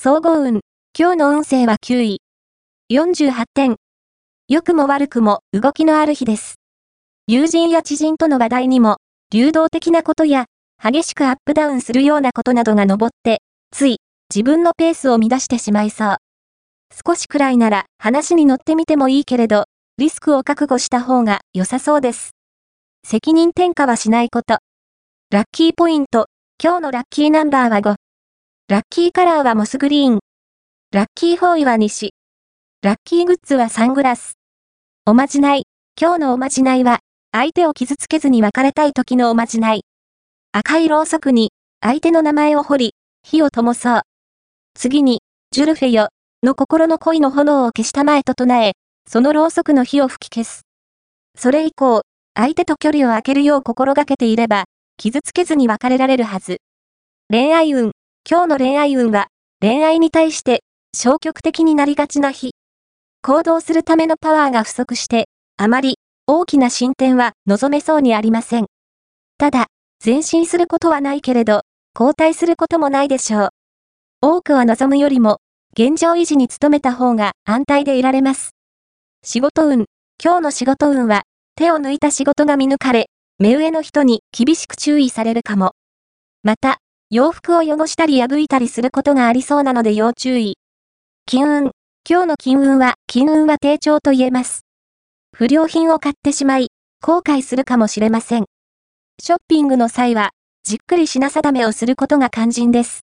総合運。今日の運勢は9位。48点。良くも悪くも動きのある日です。友人や知人との話題にも、流動的なことや、激しくアップダウンするようなことなどが上って、つい、自分のペースを乱してしまいそう。少しくらいなら話に乗ってみてもいいけれど、リスクを覚悟した方が良さそうです。責任転嫁はしないこと。ラッキーポイント。今日のラッキーナンバーは5。ラッキーカラーはモスグリーン。ラッキーフォーイは西。ラッキーグッズはサングラス。おまじない。今日のおまじないは、相手を傷つけずに別れたい時のおまじない。赤いろうそくに、相手の名前を彫り、火を灯そう。次に、ジュルフェよ、の心の恋の炎を消したまえと唱え、そのろうそくの火を吹き消す。それ以降、相手と距離を空けるよう心がけていれば、傷つけずに別れられるはず。恋愛運。今日の恋愛運は、恋愛に対して、消極的になりがちな日。行動するためのパワーが不足して、あまり、大きな進展は望めそうにありません。ただ、前進することはないけれど、後退することもないでしょう。多くは望むよりも、現状維持に努めた方が安泰でいられます。仕事運。今日の仕事運は、手を抜いた仕事が見抜かれ、目上の人に厳しく注意されるかも。また、洋服を汚したり破いたりすることがありそうなので要注意。金運。今日の金運は低調と言えます。不良品を買ってしまい、後悔するかもしれません。ショッピングの際は、じっくり品定めをすることが肝心です。